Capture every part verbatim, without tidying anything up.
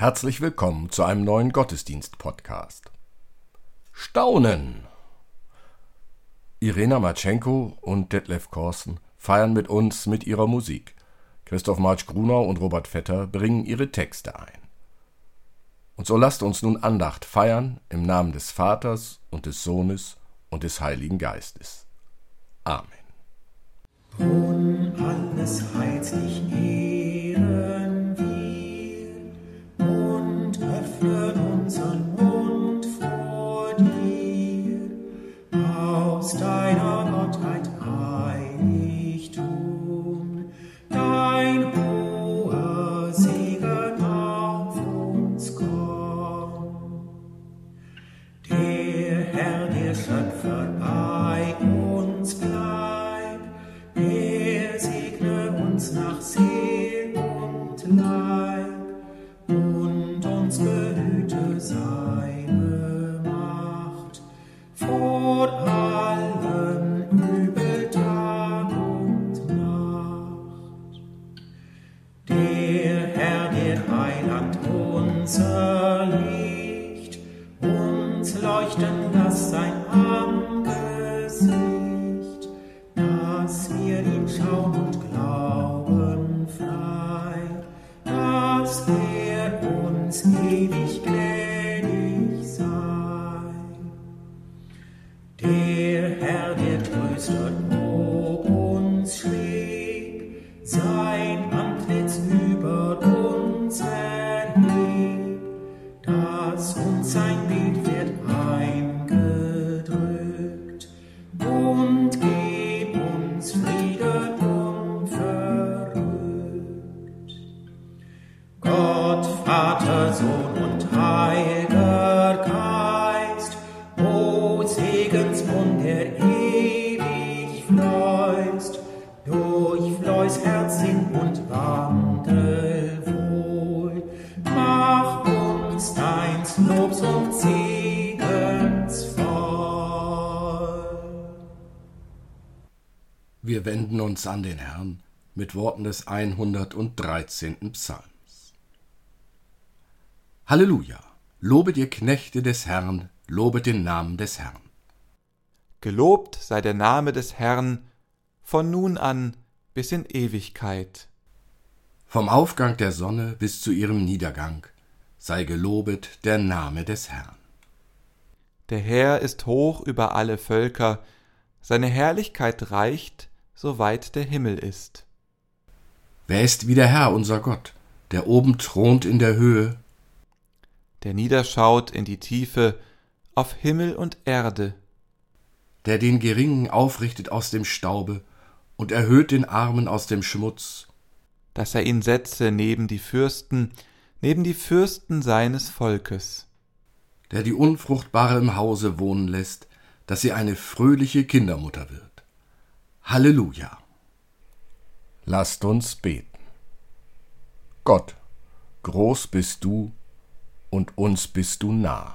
Herzlich willkommen zu einem neuen Gottesdienst-Podcast. Staunen! Irena Matschenko und Detlef Korsten feiern mit uns mit ihrer Musik. Christoph Marsch-Grunau und Robert Vetter bringen ihre Texte ein. Und so lasst uns nun Andacht feiern im Namen des Vaters und des Sohnes und des Heiligen Geistes. Amen. Und alles herzlich ehren wir und öffnen unseren Mund vor dir, aus deiner Gottheit Heiligtum, dein hoher Segen auf uns komm. Der Herr, der Schöpfer bei uns bleibt, er segne uns nach Seel und Leib und uns behüte seine Macht vor allem Übel Tag und Nacht. Der Herr, der Heiland, unser Licht, uns leuchten lass sein Angesicht, dass wir ihn schauen und glauben frei, dass er uns ewig gnädig sei. Der Herr, der tröstet, wo uns schwebt, sein Antlitz über uns erhebt, dass uns sein Bild wird eingedrückt und gib uns Frieden unverrückt. Gott, Vater, Sohn und Heiliger Geist, o Segensbund, der ewig fließt, durchfließ Herz, Sinn und Wandel wohl, mach uns deins Lobs und Segens voll. Wir wenden uns an den Herrn mit Worten des hundertdreizehnten Psalms. Halleluja! Lobet ihr Knechte des Herrn, lobet den Namen des Herrn. Gelobt sei der Name des Herrn von nun an bis in Ewigkeit. Vom Aufgang der Sonne bis zu ihrem Niedergang sei gelobet der Name des Herrn. Der Herr ist hoch über alle Völker, seine Herrlichkeit reicht, soweit der Himmel ist. Wer ist wie der Herr, unser Gott, der oben thront in der Höhe, Der niederschaut in die Tiefe, auf Himmel und Erde, der den Geringen aufrichtet aus dem Staube und erhöht den Armen aus dem Schmutz, dass er ihn setze neben die Fürsten, neben die Fürsten seines Volkes. der die Unfruchtbare im Hause wohnen lässt, dass sie eine fröhliche Kindermutter wird. Halleluja! Lasst uns beten. Gott, groß bist du und uns bist du nah.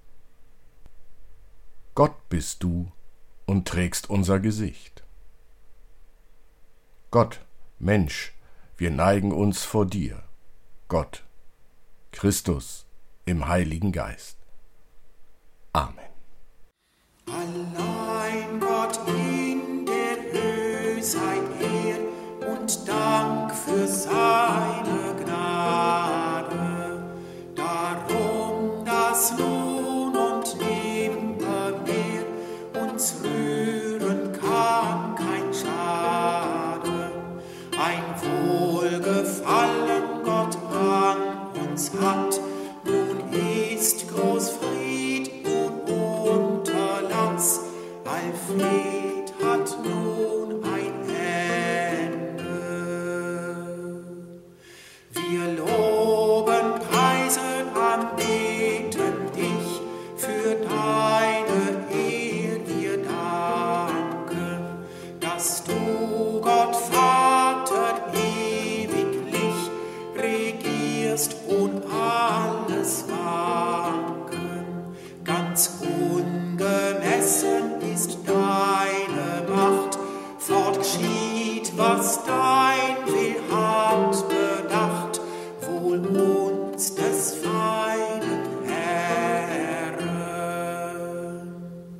Gott bist du und trägst unser Gesicht. Gott, Mensch, wir neigen uns vor dir. Gott, Christus im Heiligen Geist. Amen. Allein Gott in der Höhe sei Ehr und Dank für seine Gnade. Darum, dass nun und nimmermehr uns rühren kann kein Schade. Ein Wohlgefallen Gott an uns hat, nun ist groß Fried und Unterlass, Alfred hat nun ein Ende. Wir loben, preisen, anbeten dich für deine Ehr. Wir danken, dass du, Gott Vater, ewiglich regierst und alles wanken. Ganz ungemessen ist deine Macht, fort geschieht, was dein Will hat bedacht, wohl uns des des feinen Herrn.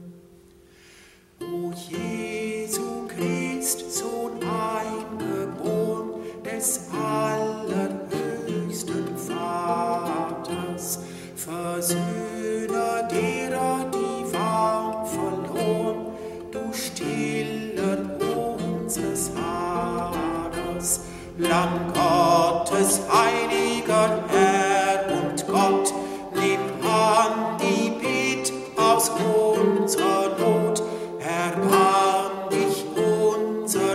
O Jesu Christ, Sohn eingeboren des allerhöchsten Vaters, Versöhner derer, die waren verloren, du Stiller unseres Haders, Lamm Gottes, heiliger Herr und Gott, nimm an die Bitt aus unserer Not, erbarm dich unser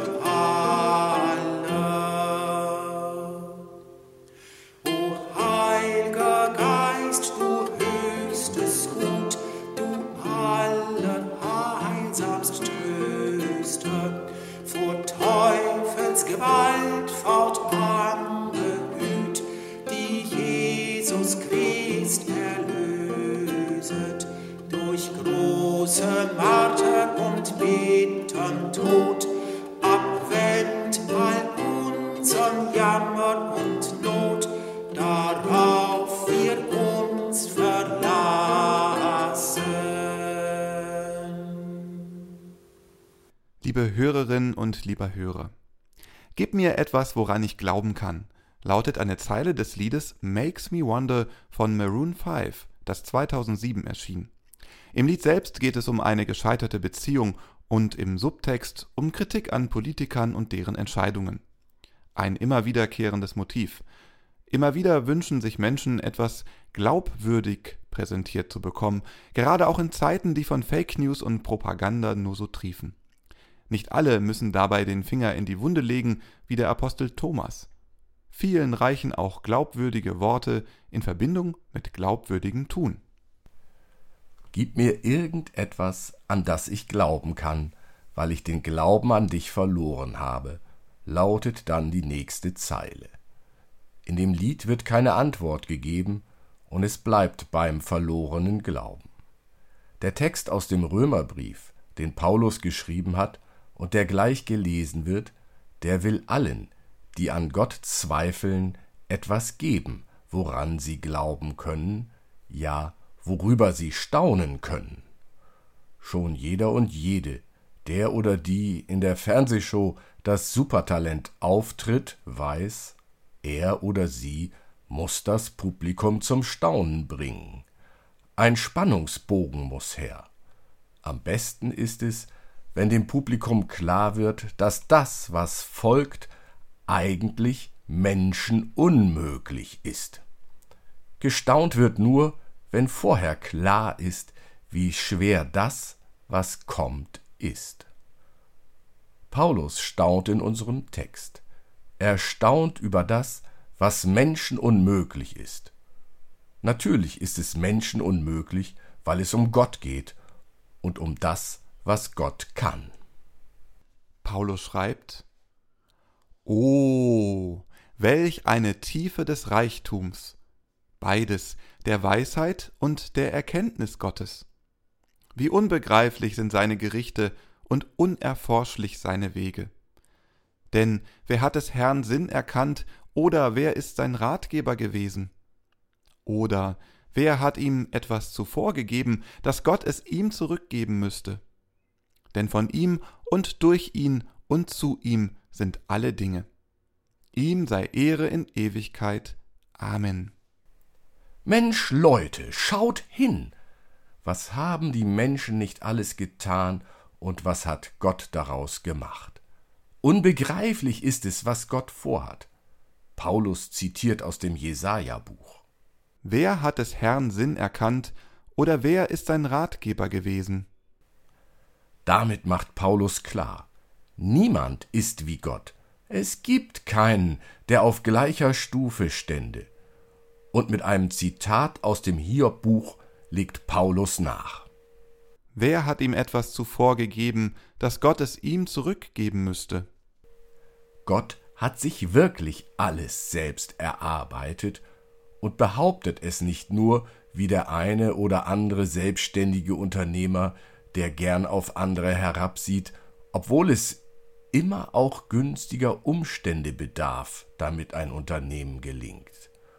aller. O heiliger Geist, du höchstes Gut, du allerheilsamst Tröster, vor Teufels Gewalt fortan behüt, die Jesus Christ erlöset, durch große Marter und bittern Tod, abwend all unsern Jammer und Not, darauf wir uns verlassen. Liebe Hörerinnen und lieber Hörer, gib mir etwas, woran ich glauben kann, lautet eine Zeile des Liedes Makes Me Wonder von Maroon fünf, das zweitausendsieben erschien. Im Lied selbst geht es um eine gescheiterte Beziehung und im Subtext um Kritik an Politikern und deren Entscheidungen. Ein immer wiederkehrendes Motiv. Immer wieder wünschen sich Menschen, etwas glaubwürdig präsentiert zu bekommen, gerade auch in Zeiten, die von Fake News und Propaganda nur so triefen. Nicht alle müssen dabei den Finger in die Wunde legen, wie der Apostel Thomas. Vielen reichen auch glaubwürdige Worte in Verbindung mit glaubwürdigem Tun. Gib mir irgendetwas, an das ich glauben kann, weil ich den Glauben an dich verloren habe, lautet dann die nächste Zeile. In dem Lied wird keine Antwort gegeben und es bleibt beim verlorenen Glauben. Der Text aus dem Römerbrief, den Paulus geschrieben hat und der gleich gelesen wird, der will allen, die an Gott zweifeln, etwas geben, woran sie glauben können, ja, worüber sie staunen können. Schon jeder und jede, der oder die in der Fernsehshow das Supertalent auftritt, weiß, er oder sie muss das Publikum zum Staunen bringen. Ein Spannungsbogen muss her. Am besten ist es, wenn dem Publikum klar wird, dass das, was folgt, eigentlich menschenunmöglich ist. Gestaunt wird nur, wenn vorher klar ist, wie schwer das, was kommt, ist. Paulus staunt in unserem Text. Er staunt über das, was menschenunmöglich ist. Natürlich ist es menschenunmöglich, weil es um Gott geht und um das, was Gott kann. Paulus schreibt: Oh, welch eine Tiefe des Reichtums, beides der Weisheit und der Erkenntnis Gottes. Wie unbegreiflich sind seine Gerichte und unerforschlich seine Wege. Denn wer hat des Herrn Sinn erkannt, oder wer ist sein Ratgeber gewesen? Oder wer hat ihm etwas zuvor gegeben, dass Gott es ihm zurückgeben müsste? Denn von ihm und durch ihn und zu ihm sind alle Dinge. Ihm sei Ehre in Ewigkeit. Amen. Mensch, Leute, schaut hin! Was haben die Menschen nicht alles getan und was hat Gott daraus gemacht? Unbegreiflich ist es, was Gott vorhat. Paulus zitiert aus dem Jesaja-Buch. Wer hat des Herrn Sinn erkannt, oder wer ist sein Ratgeber gewesen? Damit macht Paulus klar, niemand ist wie Gott. Es gibt keinen, der auf gleicher Stufe stände. Und mit einem Zitat aus dem Hiob-Buch legt Paulus nach. Wer hat ihm etwas zuvor gegeben, dass Gott es ihm zurückgeben müsste? Gott hat sich wirklich alles selbst erarbeitet und behauptet es nicht nur wie der eine oder andere selbstständige Unternehmer, der gern auf andere herabsieht, obwohl es immer auch günstiger Umstände bedarf, damit ein Unternehmen gelingt.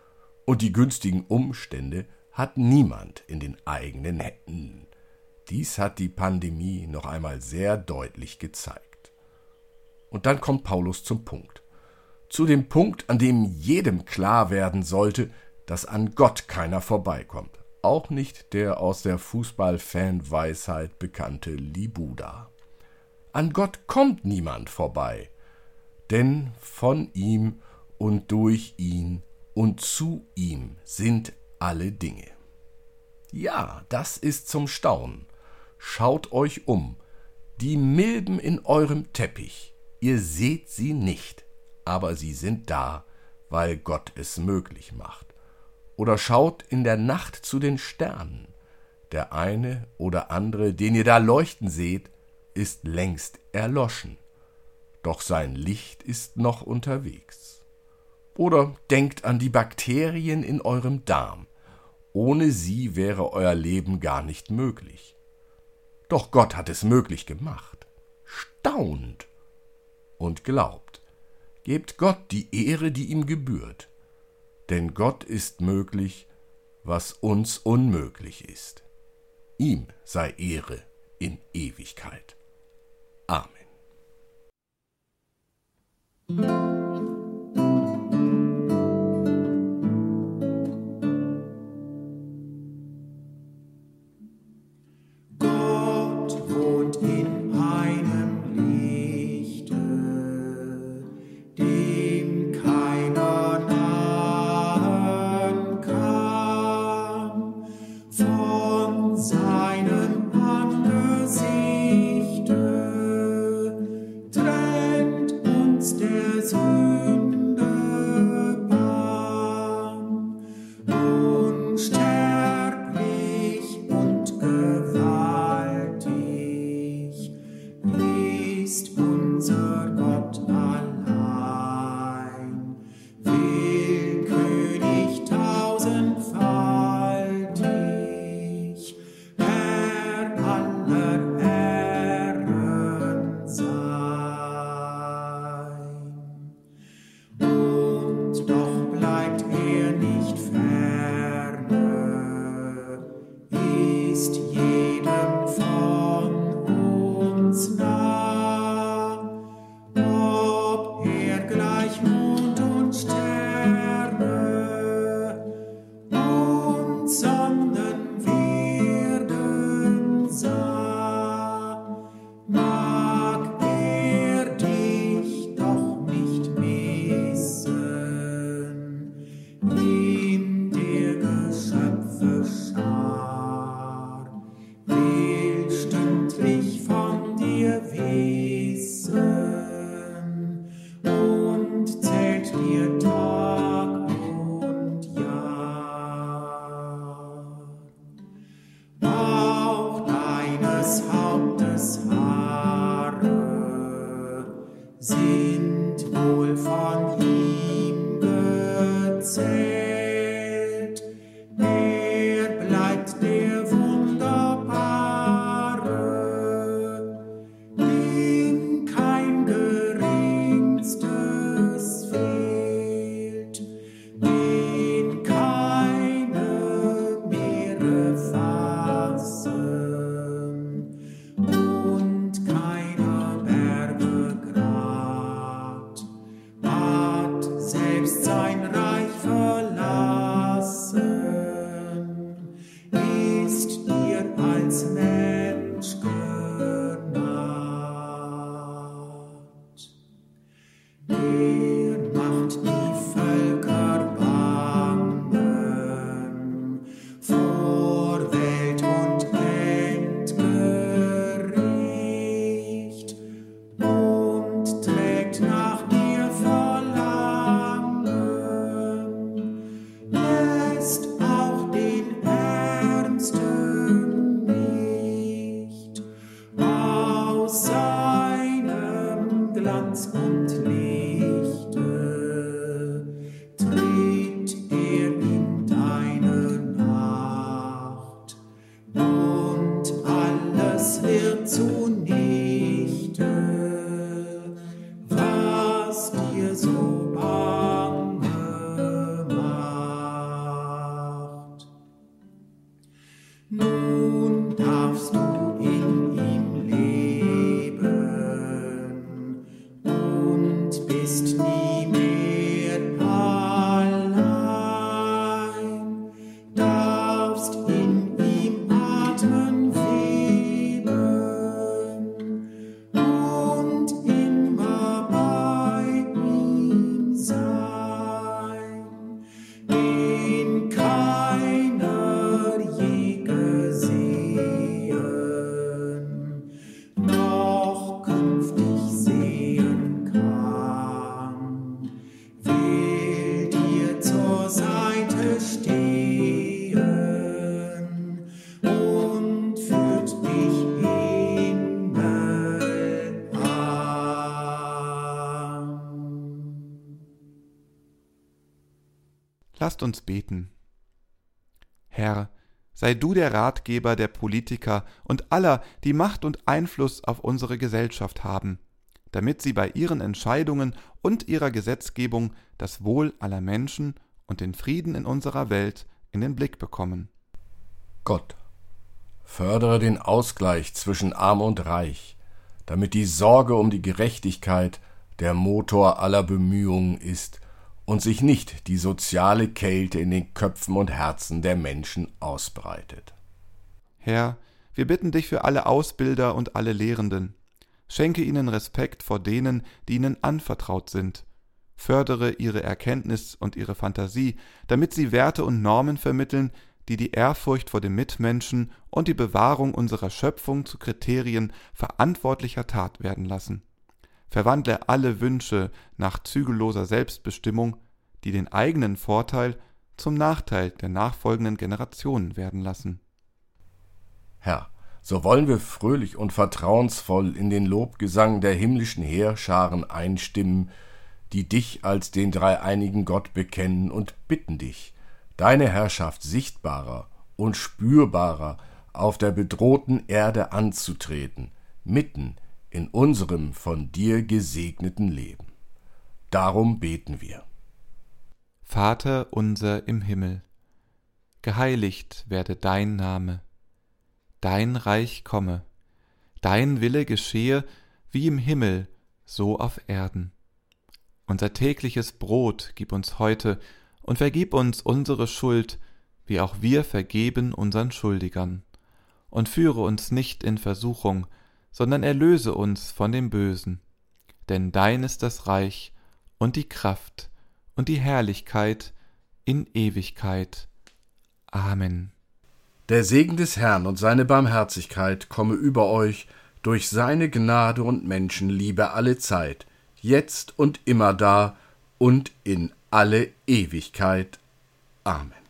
Und die günstigen Umstände hat niemand in den eigenen Händen. Dies hat die Pandemie noch einmal sehr deutlich gezeigt. Und dann kommt Paulus zum Punkt. Zu dem Punkt, an dem jedem klar werden sollte, dass an Gott keiner vorbeikommt. Auch nicht der aus der Fußball-Fan-Weisheit bekannte Libuda. An Gott kommt niemand vorbei, denn von ihm und durch ihn und zu ihm sind alle Dinge. Ja, das ist zum Staunen. Schaut euch um. Die Milben in eurem Teppich, ihr seht sie nicht, aber sie sind da, weil Gott es möglich macht. Oder schaut in der Nacht zu den Sternen. Der eine oder andere, den ihr da leuchten seht, ist längst erloschen, doch sein Licht ist noch unterwegs. Oder denkt an die Bakterien in eurem Darm. Ohne sie wäre euer Leben gar nicht möglich. Doch Gott hat es möglich gemacht. Staunt und glaubt. Gebt Gott die Ehre, die ihm gebührt. Denn Gott ist möglich, was uns unmöglich ist. Ihm sei Ehre in Ewigkeit. Amen. Gott wohnt in einem Lichte, dem keiner nahen kann. Von seinem Angesichte trennt uns der Sünde Bann. Unsterblich und gewaltig ist unser Gott allein, Willkönig tausendfaltig, Herr aller Herren sein. Und doch bleibt er nicht ferne, ist jedem von uns nah, ob er gleich Mond und Sterne und Sonnen werden sah, mag er dich doch nicht missen in der Geschöpfe Schar, will stündlich von dir wissen und zählt dir Tag und Jahr. Auch deines Hauptes Haare sind wohl von ihm gezählt. Er bleibt der Wunderbare, dem kein Geringstes fehlt, den keine Meere fassen und keiner Berge Grat, hat selbst sein Reich verlassen, ist dir als Mensch genaht. Er macht die Völker bangen vor Welt und Endgericht und trägt nach dir Verlangen, lässt auch den Ärmsten nicht aus seinem Glanz und Lichte, tritt er in deine Nacht und alles wird zunichte, was dir so bange macht. Nun darfst du in ihm leben und bist nie mehr allein, darfst in ihm atmen, weben und immer bei ihm sein, den keiner je gesehen, noch künftig sehen kann, will dir zur Seite stehen und führt dich Himmel an. Lasst uns beten. Herr, sei du der Ratgeber der Politiker und aller, die Macht und Einfluss auf unsere Gesellschaft haben, damit sie bei ihren Entscheidungen und ihrer Gesetzgebung das Wohl aller Menschen und den Frieden in unserer Welt in den Blick bekommen. Gott, fördere den Ausgleich zwischen Arm und Reich, damit die Sorge um die Gerechtigkeit der Motor aller Bemühungen ist und sich nicht die soziale Kälte in den Köpfen und Herzen der Menschen ausbreitet. Herr, wir bitten dich für alle Ausbilder und alle Lehrenden. Schenke ihnen Respekt vor denen, die ihnen anvertraut sind. Fördere ihre Erkenntnis und ihre Fantasie, damit sie Werte und Normen vermitteln, die die Ehrfurcht vor dem Mitmenschen und die Bewahrung unserer Schöpfung zu Kriterien verantwortlicher Tat werden lassen. Verwandle alle Wünsche nach zügelloser Selbstbestimmung, die den eigenen Vorteil zum Nachteil der nachfolgenden Generationen werden lassen. Herr, so wollen wir fröhlich und vertrauensvoll in den Lobgesang der himmlischen Heerscharen einstimmen, die dich als den dreieinigen Gott bekennen und bitten dich, deine Herrschaft sichtbarer und spürbarer auf der bedrohten Erde anzutreten, mitten in unserem von dir gesegneten Leben. Darum beten wir. Vater unser im Himmel, geheiligt werde dein Name, dein Reich komme, dein Wille geschehe wie im Himmel, so auf Erden. Unser tägliches Brot gib uns heute und vergib uns unsere Schuld, wie auch wir vergeben unseren Schuldigern. Und führe uns nicht in Versuchung, sondern erlöse uns von dem Bösen. Denn dein ist das Reich und die Kraft und die Herrlichkeit in Ewigkeit. Amen. Der Segen des Herrn und seine Barmherzigkeit komme über euch durch seine Gnade und Menschenliebe alle Zeit, jetzt und immerdar und in alle Ewigkeit. Amen.